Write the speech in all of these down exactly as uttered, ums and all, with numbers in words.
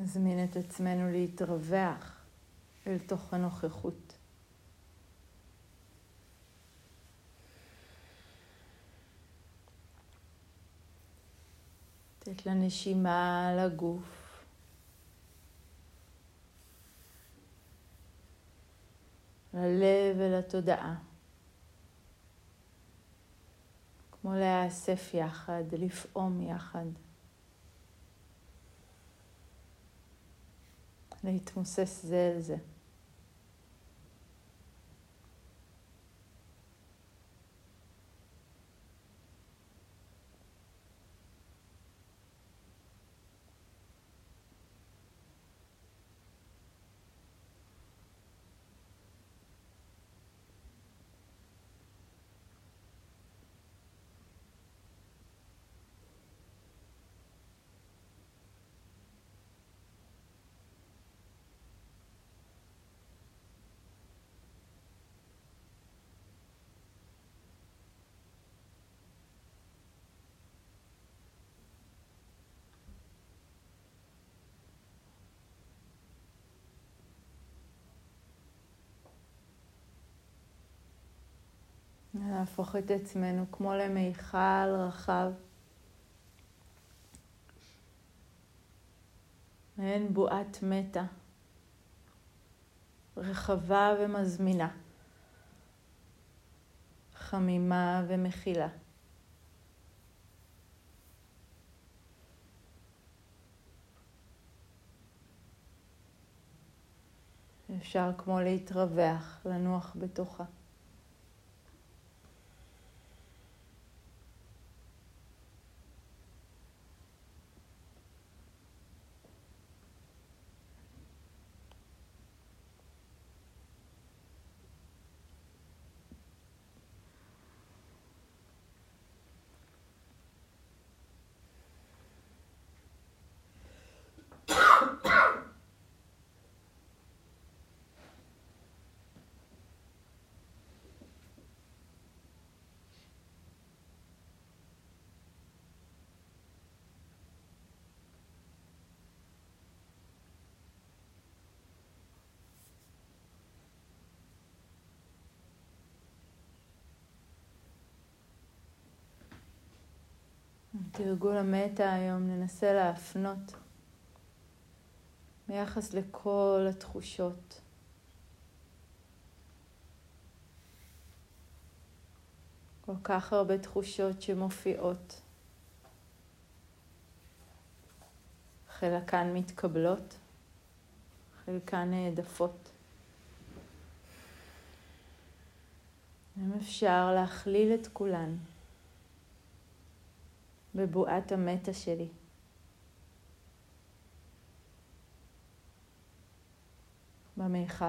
נזמין את עצמנו להתרווח אל תוך הנוכחות. לתת לנשימה לגוף. ללב ולתודעה. כמו להיאסף יחד, לפעום יחד. להתמוסס זה אל זה. להפוך את עצמנו כמו למיכל רחב. מעין בועת מתה. רחבה ומזמינה. חמימה ומכילה. אפשר כמו להתרווח, לנוח בתוכה. תרגול המטה היום ננסה להפנות ביחס לכל התחושות. כל כך הרבה תחושות שמופיעות. חלקן מתקבלות, חלקן נעדפות. אם אפשר להכליל את כולן בבועת המטה שלי. במיכל.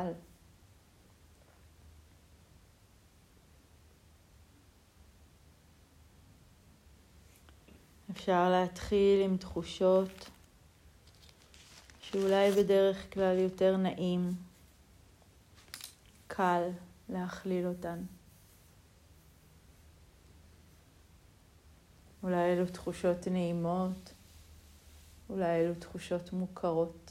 אפשר להתחיל עם תחושות שאולי בדרך כלל יותר נעים, קל להכליל אותן. אולי אלו תחושות נעימות, אולי אלו תחושות מוכרות.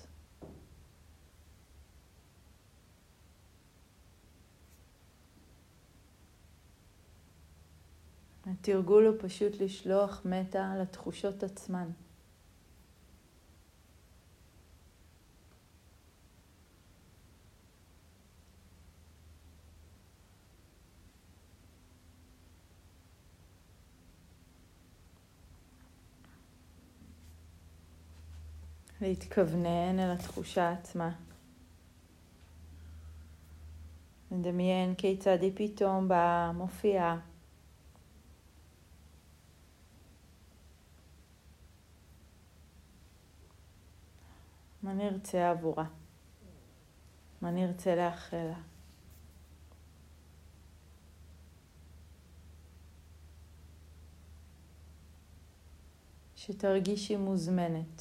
התרגול הוא פשוט לשלוח מטה לתחושות עצמן. להתכוונן אל התחושה עצמה. לדמיין כיצד היא פתאום באה, מופיעה. מה נרצה עבורה? מה נרצה לאחל לה? שתרגישי מוזמנת.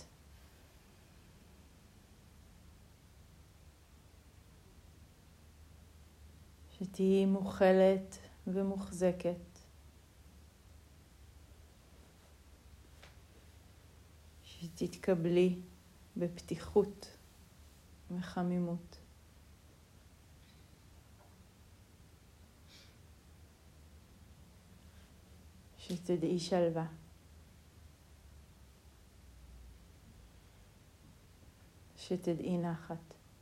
שתהיי מוכלת ומוחזקת. שתתקבלי בפתיחות וחמימות. שתדעי שלווה. שתדעי נחת.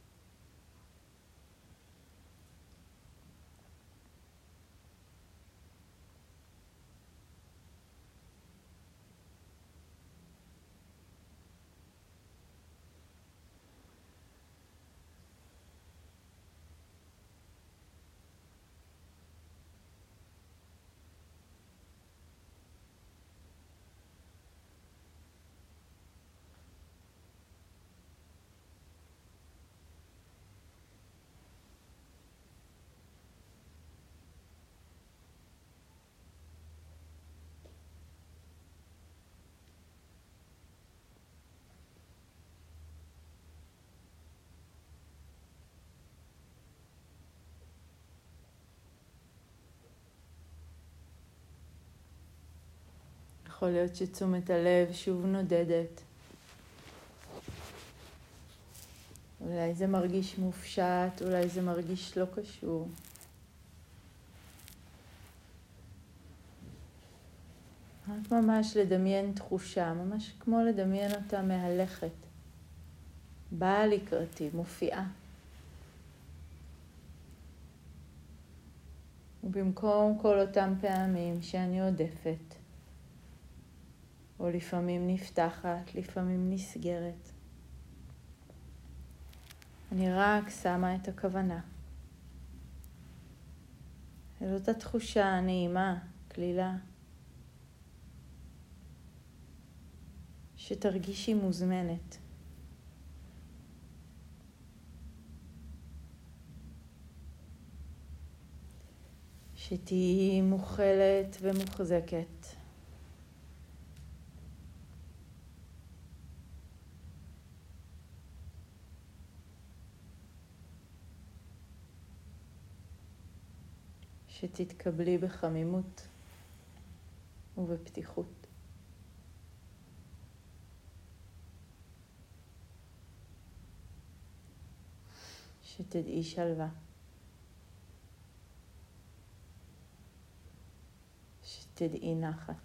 יכול להיות שתשומת הלב שוב נודדת. אולי זה מרגיש מופשט, אולי זה מרגיש לא קשור. רק ממש לדמיין תחושה, ממש כמו לדמיין אותה מהלכת. באה לקראתי, מופיעה. ובמקום כל אותם פעמים שאני עודפת, או לפעמים נפתחת, לפעמים נסגרת, אני רק שמה את הכוונה. אל אותה תחושה נעימה, כלילה, שתרגישי מוזמנת. שתהיי מוכלת ומוחזקת. שתתקבלי בחמימות ובפתיחות. שתדעי שלווה. שתדעי נחת.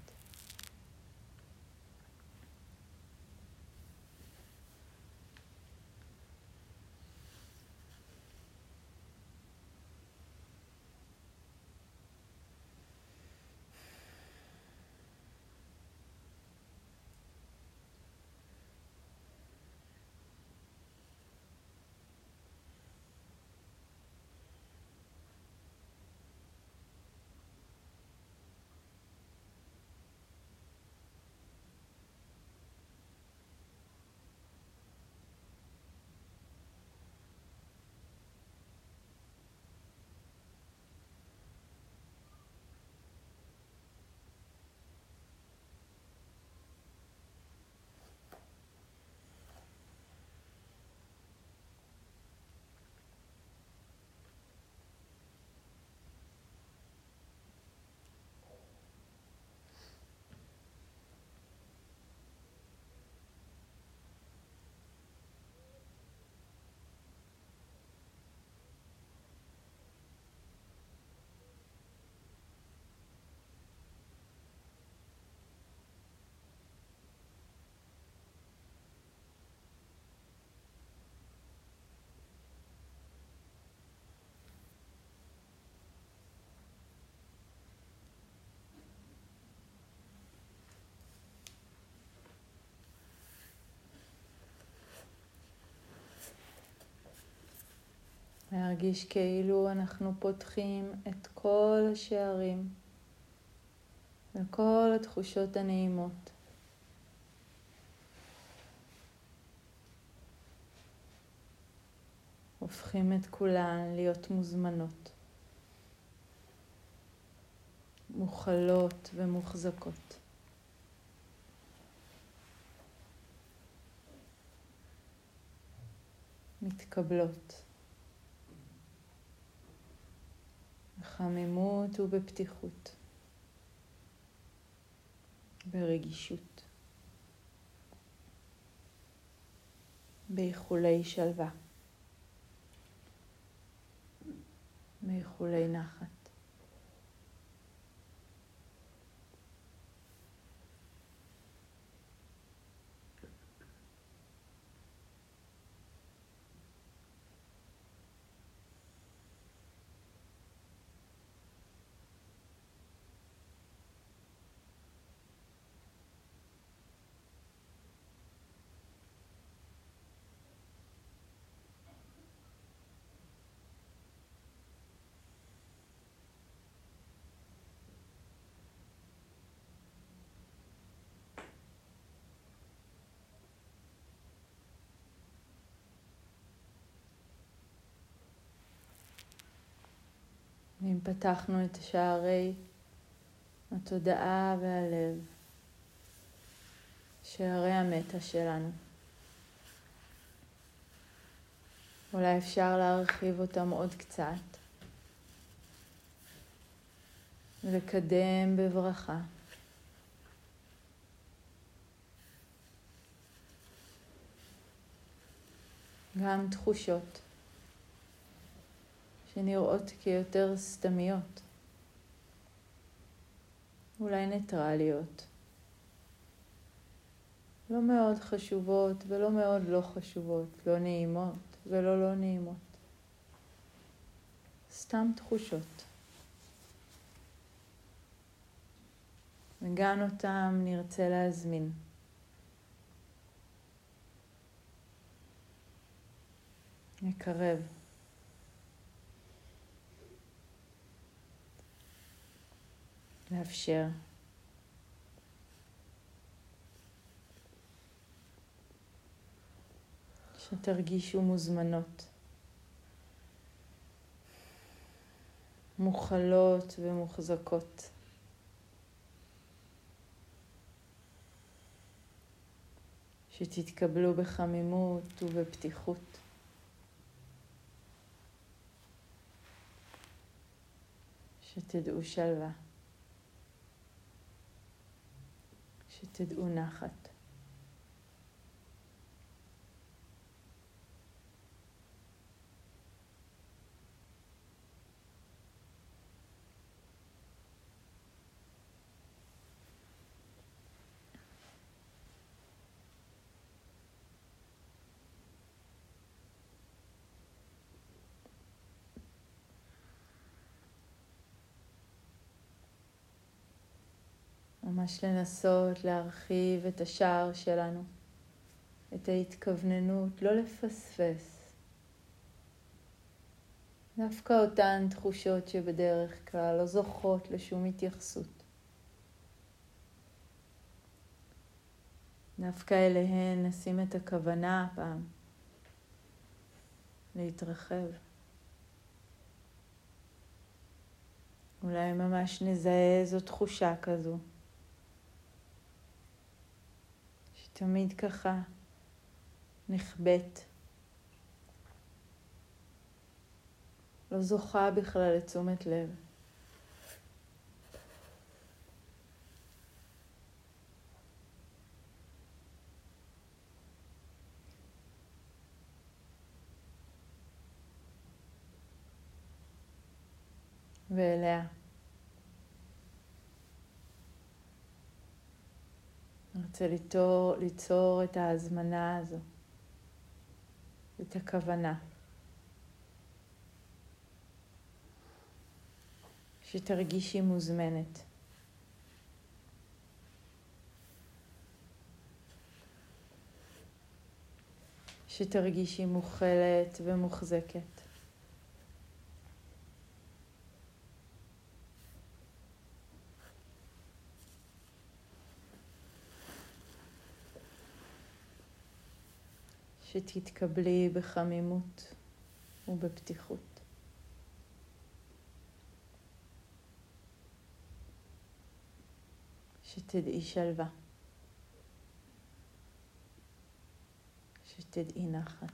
להרגיש כאילו אנחנו פותחים את כל השערים וכל התחושות הנעימות. הופכים את כולן להיות מוזמנות, מוכלות ומוחזקות. מתקבלות. בחמימות ובפתיחות. ברגישות. באיחולי שלווה, באיחולי נחת. ואם פתחנו את שערי התודעה והלב, שערי המטה שלנו, אולי אפשר להרחיב אותם עוד קצת ולקדם בברכה גם תחושות שנראות כיותר סתמיות, אולי ניטרליות, לא מאוד חשובות ולא מאוד לא חשובות, לא נעימות ולא לא נעימות, סתם תחושות. וגם אותם נרצה להזמין. נקרב. לאפשר. שתרגישו מוזמנות. מוכלות ומוחזקות. שתתקבלו בחמימות ובפתיחות. שתדעו שלווה. שתדעו נחת. ממש לנסות להרחיב את השער שלנו, את ההתכווננות, לא לפספס. דווקא אותן תחושות שבדרך כלל לא זוכות לשום התייחסות. דווקא אליהן נשים את הכוונה הפעם, להתרחב. אולי ממש נזהה איזו תחושה כזו. תמיד ככה נחבט, לא זוכה בכלל לתשומת לב. ואליה אני רוצה ליצור, ליצור את ההזמנה הזו, את הכוונה. שתרגישי מוזמנת. שתרגישי מוכלת ומוחזקת. שתתקבלי בחמימות ובפתיחות. שתדעי שלווה. שתדעי נחת.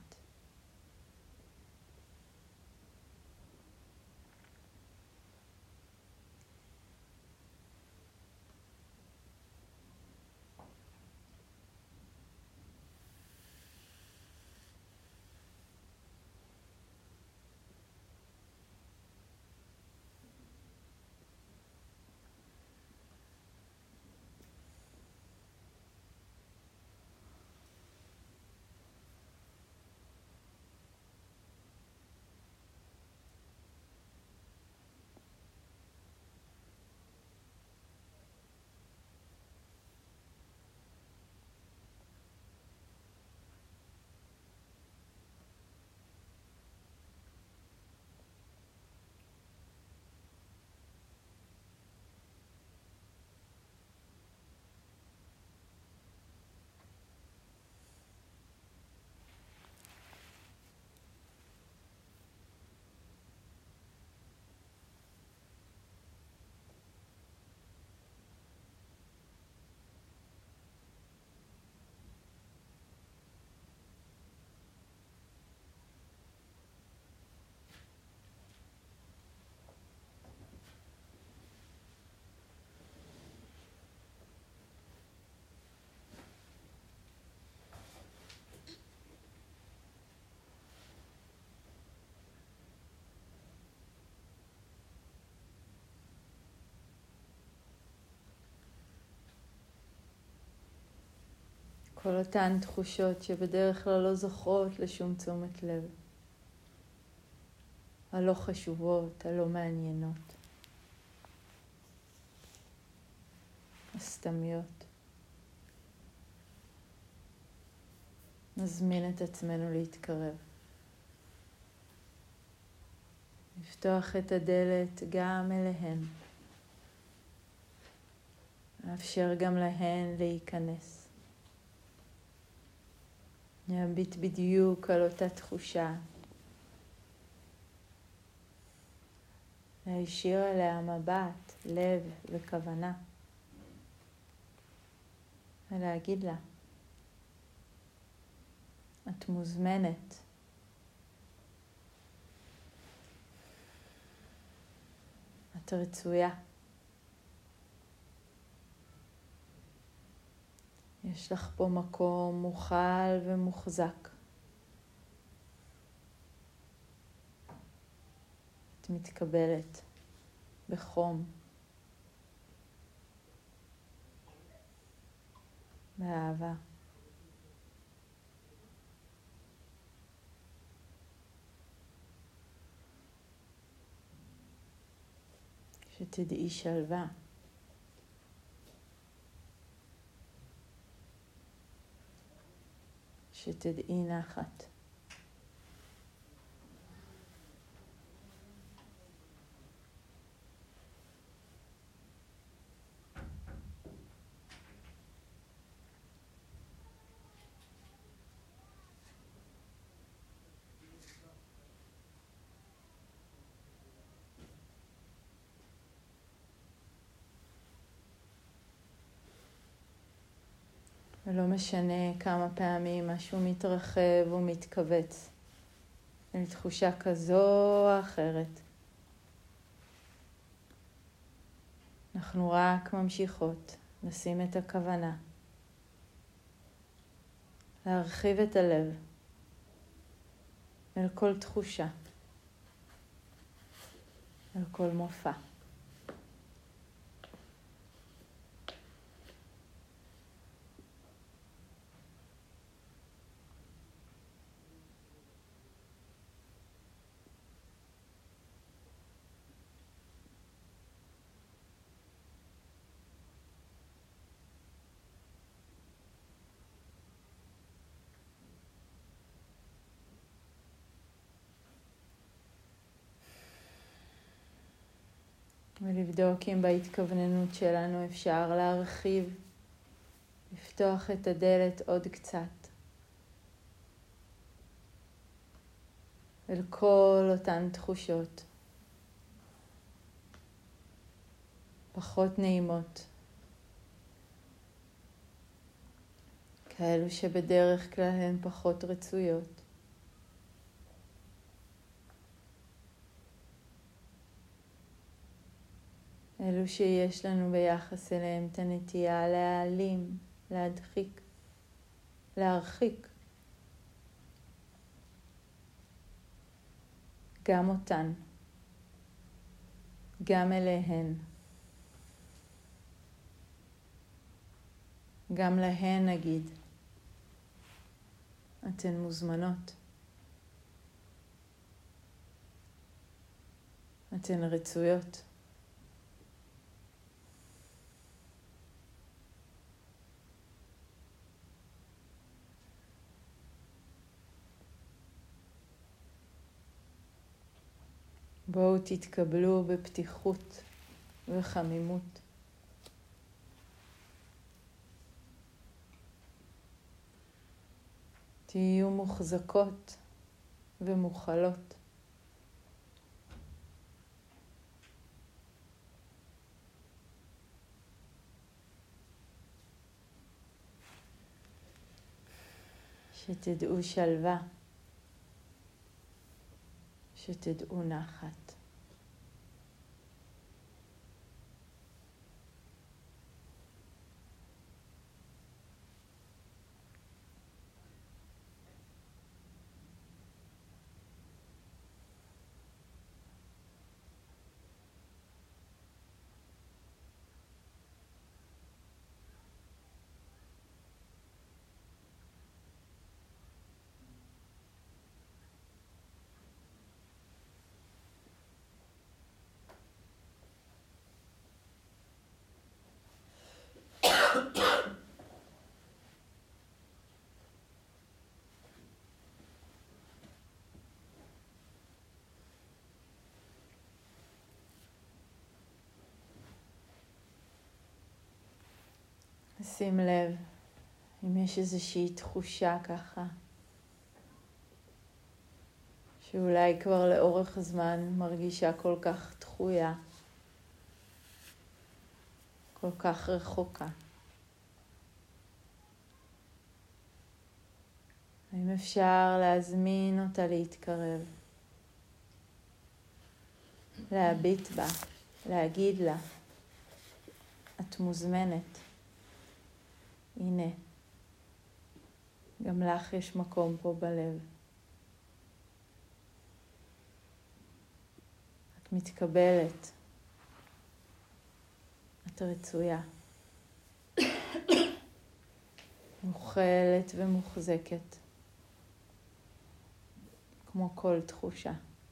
כל אותן תחושות שבדרך כלל לא זוכרות לשום תשומת לב. הלא חשובות, הלא מעניינות. הסתמיות. נזמין את עצמנו להתקרב. לפתוח את הדלת גם אליהן. לאפשר גם להן להיכנס. להביט בדיוק על אותה תחושה. להישיר עליה מבט, לב וכוונה. ולהגיד לה, את מוזמנת. את רצויה. יש לך פה מקום מוכל ומוחזק. את מתקבלת בחום, באהבה. שתדעי שלווה. שתדעי נחת. ולא משנה כמה פעמים משהו מתרחב ומתכווץ אל תחושה כזו או אחרת. אנחנו רק ממשיכות לשים את הכוונה. להרחיב את הלב אל כל תחושה, אל כל מופע. ולבדוק אם בהתכווננות שלנו אפשר להרחיב, לפתוח את הדלת עוד קצת. אל כל אותן תחושות. פחות נעימות. כאלו שבדרך כלל הן פחות רצויות. אלו שיש לנו ביחס אליהם את הנטייה להעלים, להדחיק, להרחיק. גם אותן, גם אליהן. גם להן נגיד, אתן מוזמנות. אתן רצויות. בואו תתקבלו בפתיחות וחמימות. תהיו מוחזקות ומוכלות. שתדעו שלווה. שתדעו נחת. שים לב אם יש איזושהי תחושה ככה, שאולי כבר לאורך זמן מרגישה כל כך דחויה, כל כך רחוקה. האם אפשר להזמין אותה להתקרב, להביט בה, להגיד לה, את מוזמנת. הנה, גם לך יש מקום פה בלב. את מתקבלת. את רצויה. מוכלת ומוחזקת. כמו כל תחושה.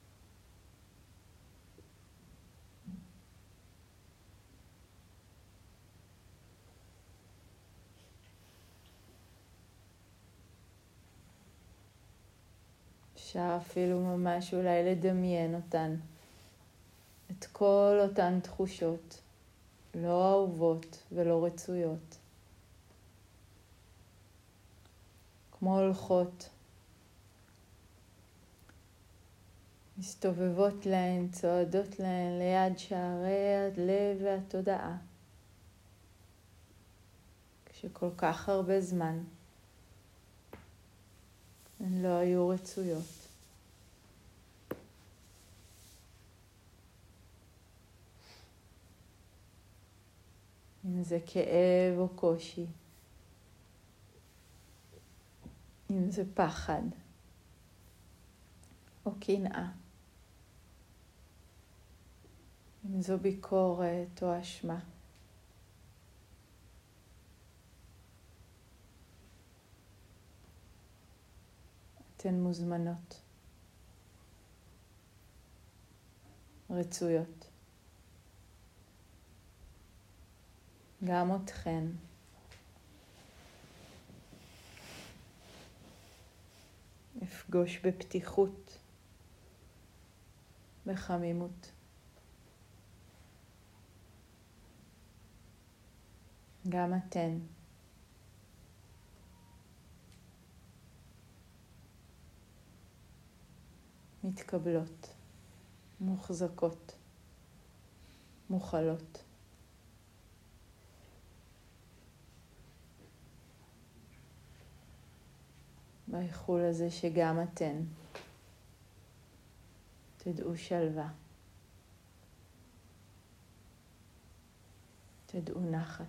אפשר אפילו ממש אולי לדמיין אותן. את כל אותן תחושות, לא אהובות ולא רצויות. כמו הולכות, מסתובבות להן, צועדות להן ליד שערי הלב והתודעה. כשכל כך הרבה זמן הן לא היו רצויות. אם זה כאב או קושי, אם זה פחד או קנאה, אם זו ביקורת או אשמה. אתן מוזמנות, רצויות. גם אתכן. אפגוש בפתיחות, בחמימות. גם אתן. מתקבלות, מוחזקות, מוכלות. באיחול הזה שגם אתן תדעו שלווה, תדעו נחת.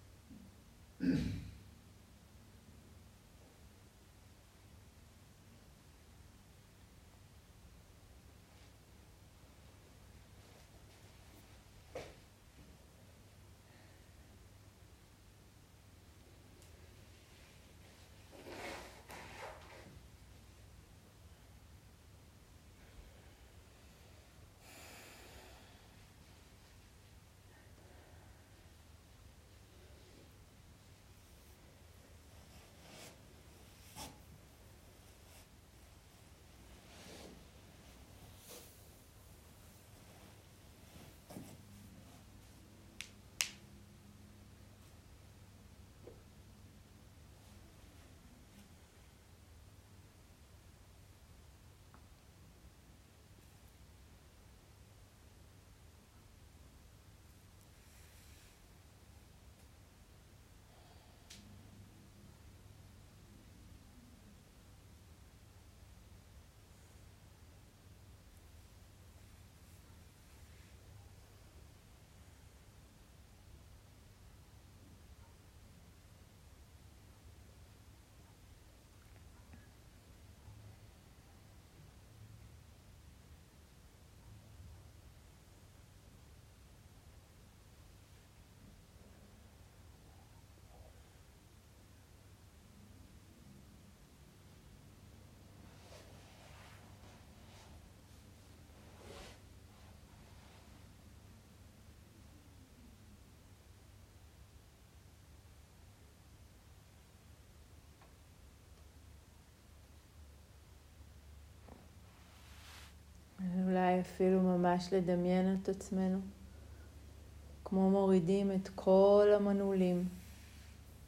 אולי אפילו ממש לדמיין את עצמנו כמו מורידים את כל המנעולים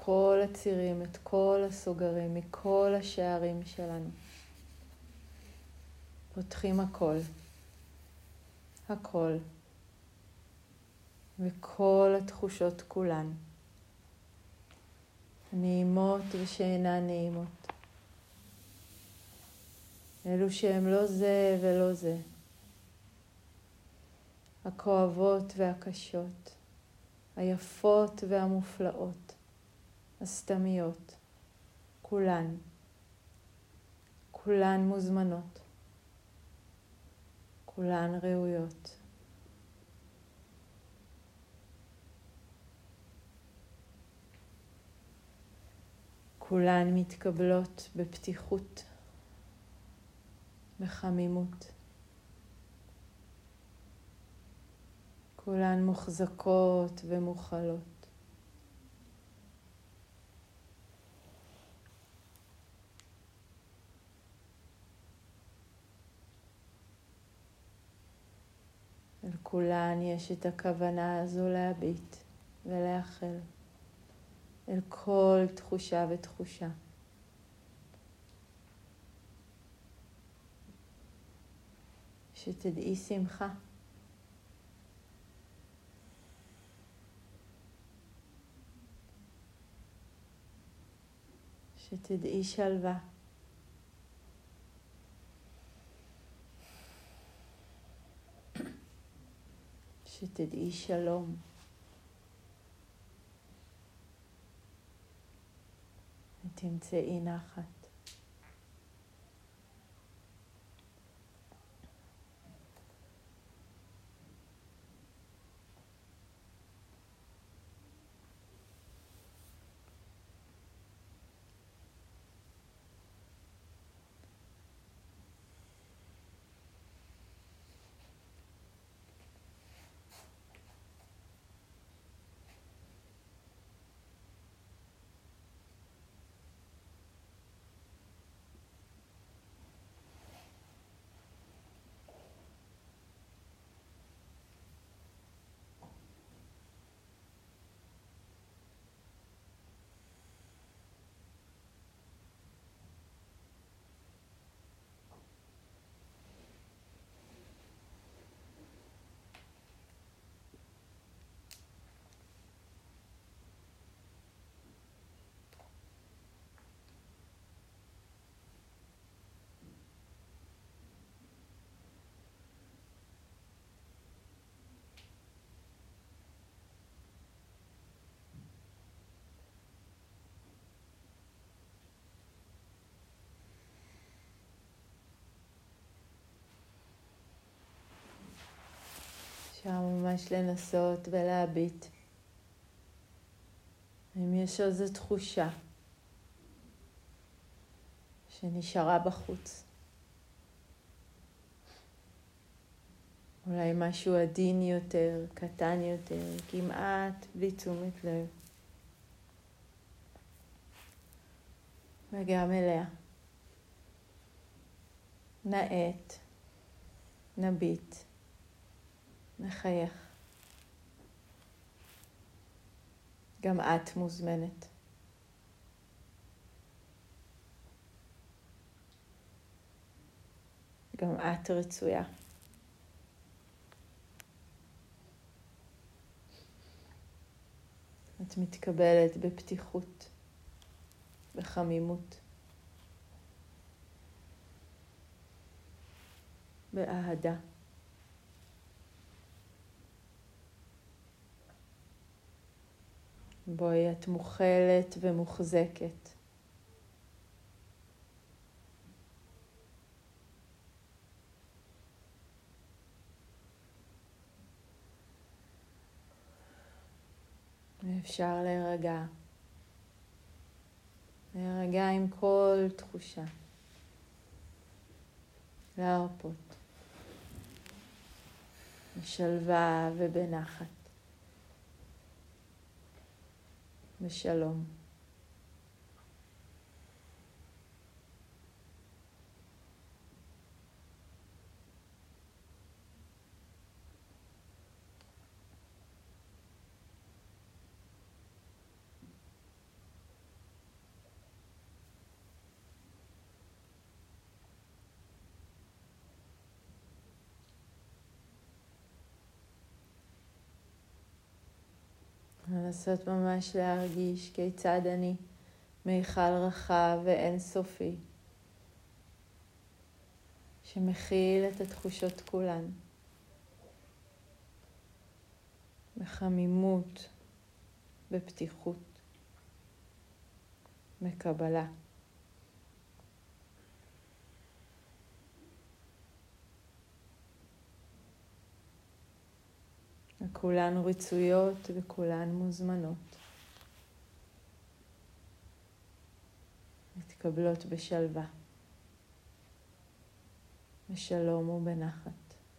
כל הצירים, את כל הסוגרים, מכל השערים שלנו. פותחים הכל, הכל, וכל התחושות כולן, נעימות ושאינן נעימות. אלו שהם לא זה ולא זה. הכואבות והקשות, היפות והמופלאות, הסתמיות, כולן, כולן מוזמנות, כולן ראויות. כולן מתקבלות בפתיחות, בחמימות. כולן מוחזקות ומוכלות. אל כולן יש את הכוונה הזו להביט ולאחל. אל כל תחושה ותחושה. שתדעי שמחה. שתדעי שלווה. שתדעי שלום. ותמצאי נחת. אפשר ממש לנסות ולהביט. אם יש איזו תחושה שנשארה בחוץ. אולי משהו עדין יותר, קטן יותר, כמעט בלי תשומת לב. וגם אליה. נעט, נביט, נחייך. גם את מוזמנת. גם את רצויה. את מתקבלת בפתיחות, בחמימות, באהדה. בואי את מוכלת ומוחזקת. ואפשר להירגע. להירגע עם כל תחושה. להרפות. בשלווה ובנחת. בשלום. לנסות ממש להרגיש כיצד אני מיכל רחב ואינסופי, שמכיל את התחושות כולן, בחמימות, בפתיחות, בקבלה. וכולן רצויות וכולן מוזמנות. מתקבלות בשלווה, בשלום ובנחת.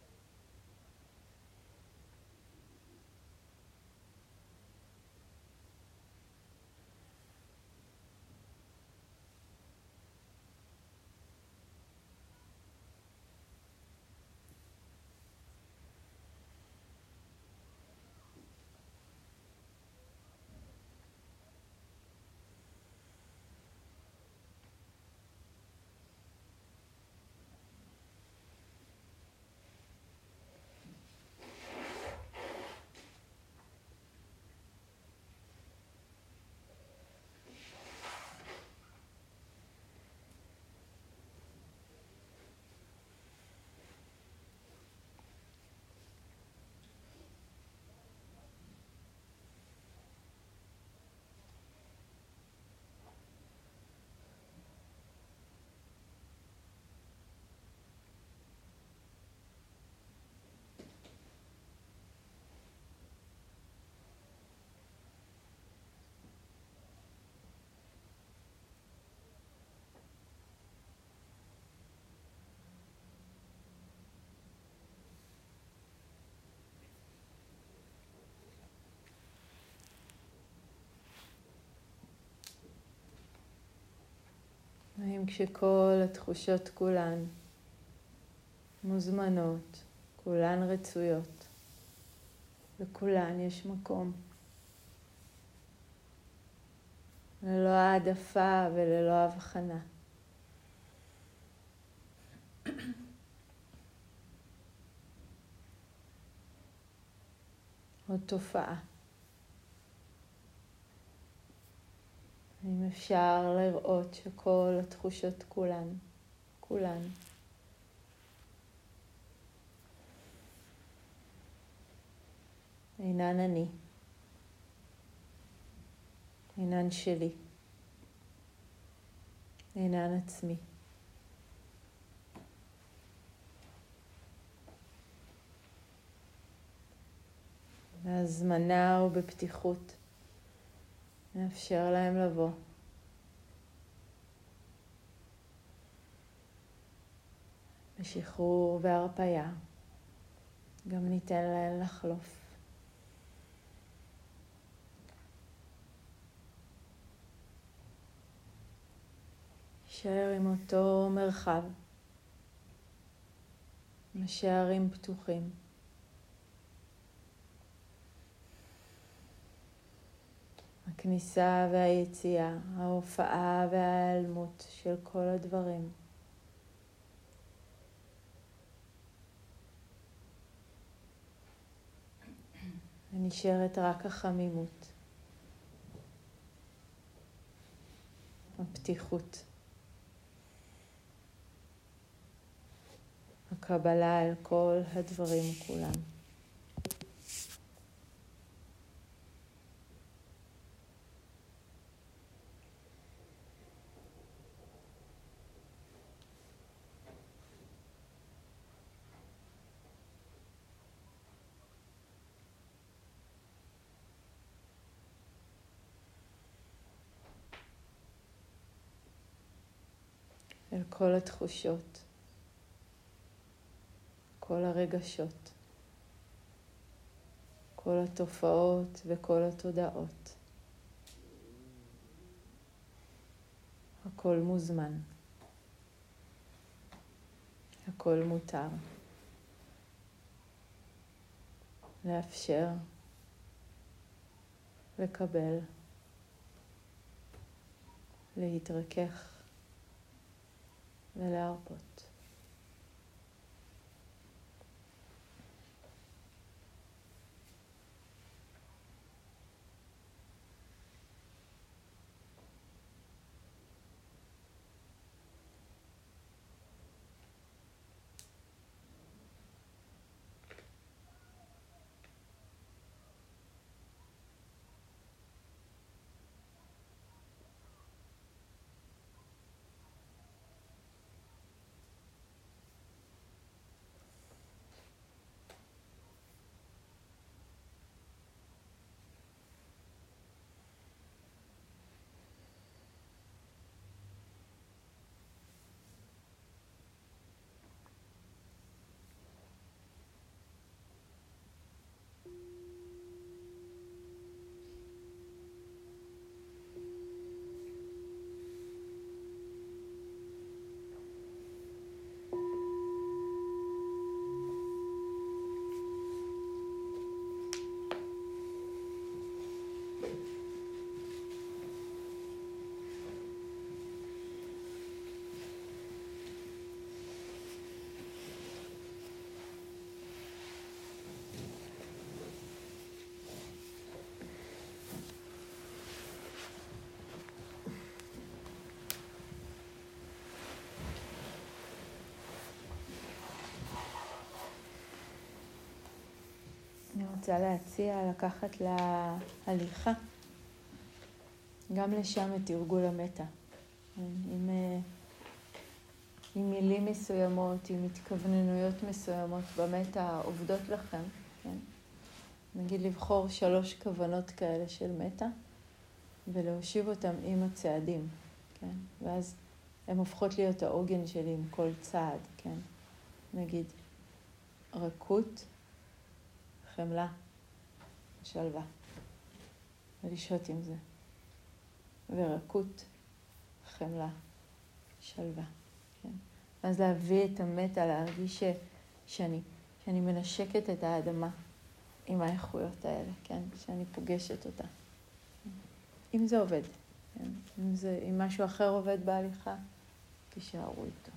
האם כשכל התחושות כולן מוזמנות, כולן רצויות, וכולן יש מקום, ללא העדפה וללא הבחנה. עוד תופעה. האם אפשר לראות שכל התחושות כולן, כולן, אינן אני, אינן שלי, אינן עצמי. בהזמנה ובפתיחות נאפשר להם לבוא. בשחרור והרפאיה גם ניתן להם לחלוף. נשאר עם אותו מרחב, עם השערים פתוחים. הכניסה והיציאה, ההופעה וההיעלמות של כל הדברים. ונשארת רק החמימות, הפתיחות, הקבלה אל כל הדברים כולם. אל כל התחושות, כל הרגשות, כל התופעות וכל התודעות. הכל מוזמן, הכל מותר. לאפשר, לקבל, להתרכך ולהרפות. אני רוצה להציע לקחת להליכה, גם לשם את תרגול המטה. עם, עם מילים מסוימות, עם התכווננויות מסוימות במטה עובדות לכם. כן? נגיד לבחור שלוש כוונות כאלה של מטה, ולהושיב אותם עם הצעדים. כן? ואז הן הופכות להיות העוגן שלי עם כל צעד. כן? נגיד, רכות, חמלה, שלווה. ולשהות עם זה. ורקות, חמלה, שלווה. כן? אז להביא את המטה, להרגיש ש, שאני, שאני מנשקת את האדמה עם האיכויות האלה, כן? שאני פוגשת אותה. אם זה עובד, כן? אם, זה, אם משהו אחר עובד בהליכה, תישארו איתו.